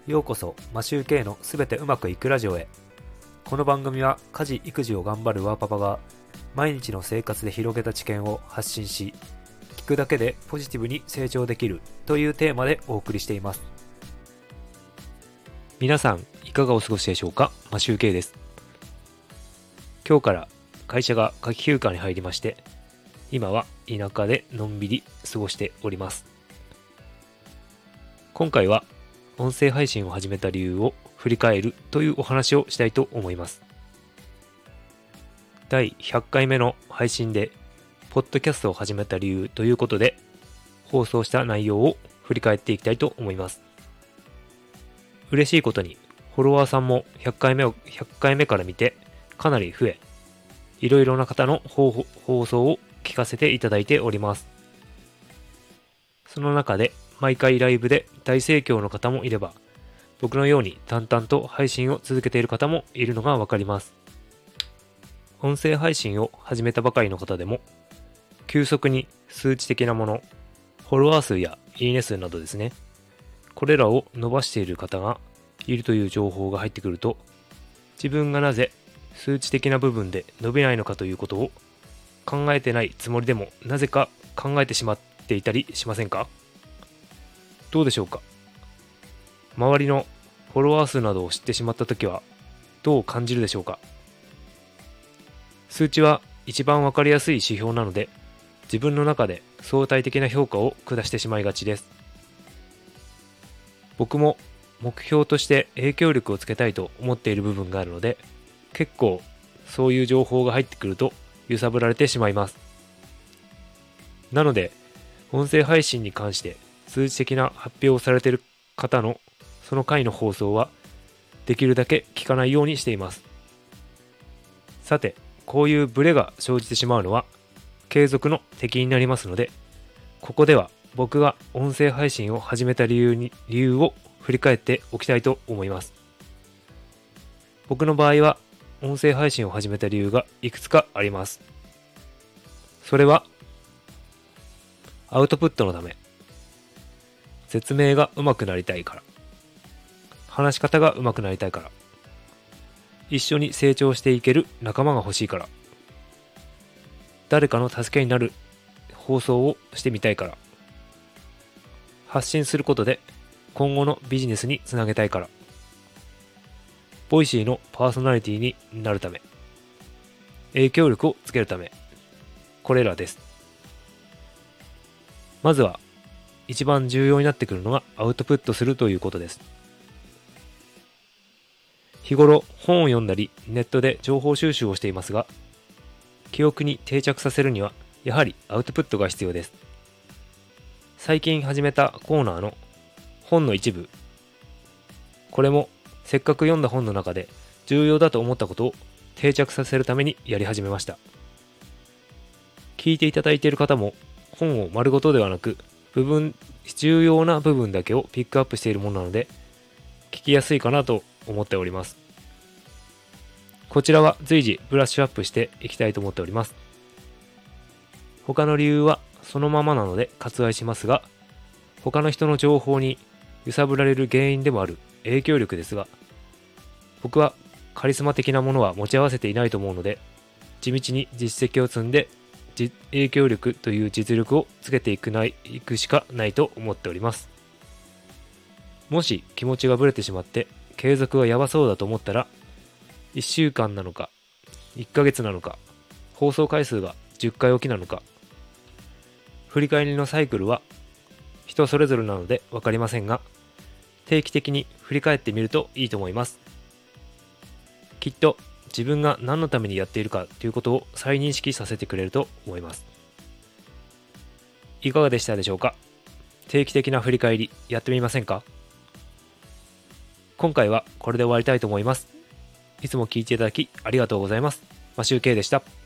ようこそマシューケイのすべてうまくいくラジオへ。この番組は家事育児を頑張るワーパパが毎日の生活で広げた知見を発信し、聞くだけでポジティブに成長できるというテーマでお送りしています。皆さんいかがお過ごしでしょうか。マシューケイです。今日から会社が夏季休暇に入りまして、今は田舎でのんびり過ごしております。今回は音声配信を始めた理由を振り返るというお話をしたいと思います。第100回目の配信でポッドキャストを始めた理由ということで放送した内容を振り返っていきたいと思います。嬉しいことにフォロワーさんも100回目から見てかなり増え、いろいろな方の放送を聞かせていただいております。その中で毎回ライブで大盛況の方もいれば、僕のように淡々と配信を続けている方もいるのがわかります。音声配信を始めたばかりの方でも、急速に数値的なもの、フォロワー数やいいね数などですね、これらを伸ばしている方がいるという情報が入ってくると、自分がなぜ数値的な部分で伸びないのかということを考えてないつもりでもなぜか考えてしまっていたりしませんか？どうでしょうか。周りのフォロワー数などを知ってしまったときはどう感じるでしょうか。数値は一番わかりやすい指標なので、自分の中で相対的な評価を下してしまいがちです。僕も目標として影響力をつけたいと思っている部分があるので、結構そういう情報が入ってくると揺さぶられてしまいます。なので音声配信に関して数値的な発表をされている方のその回の放送はできるだけ聞かないようにしています。さて、こういうブレが生じてしまうのは継続の敵になりますので、ここでは僕が音声配信を始めた理由を振り返っておきたいと思います。僕の場合は音声配信を始めた理由がいくつかあります。それはアウトプットのため、説明が上手くなりたいから、話し方が上手くなりたいから、一緒に成長していける仲間が欲しいから、誰かの助けになる放送をしてみたいから、発信することで今後のビジネスにつなげたいから、ボイシーのパーソナリティになるため、影響力をつけるため、これらです。まずは一番重要になってくるのがアウトプットするということです。日頃本を読んだりネットで情報収集をしていますが、記憶に定着させるにはやはりアウトプットが必要です。最近始めたコーナーの本の一部、これもせっかく読んだ本の中で重要だと思ったことを定着させるためにやり始めました。聞いていただいている方も本を丸ごとではなく重要な部分だけをピックアップしているものなので聞きやすいかなと思っております。こちらは随時ブラッシュアップしていきたいと思っております。他の理由はそのままなので割愛しますが、他の人の情報に揺さぶられる原因でもある影響力ですが、僕はカリスマ的なものは持ち合わせていないと思うので、地道に実績を積んで影響力という実力をつけていくしかないと思っております。もし気持ちがぶれてしまって継続がやばそうだと思ったら、1週間なのか1ヶ月なのか、放送回数が10回おきなのか、振り返りのサイクルは人それぞれなので分かりませんが、定期的に振り返ってみるといいと思います。きっと自分が何のためにやっているかということを再認識させてくれると思います。いかがでしたでしょうか。定期的な振り返りやってみませんか。今回はこれで終わりたいと思います。いつも聞いていただきありがとうございます。マシュウケイでした。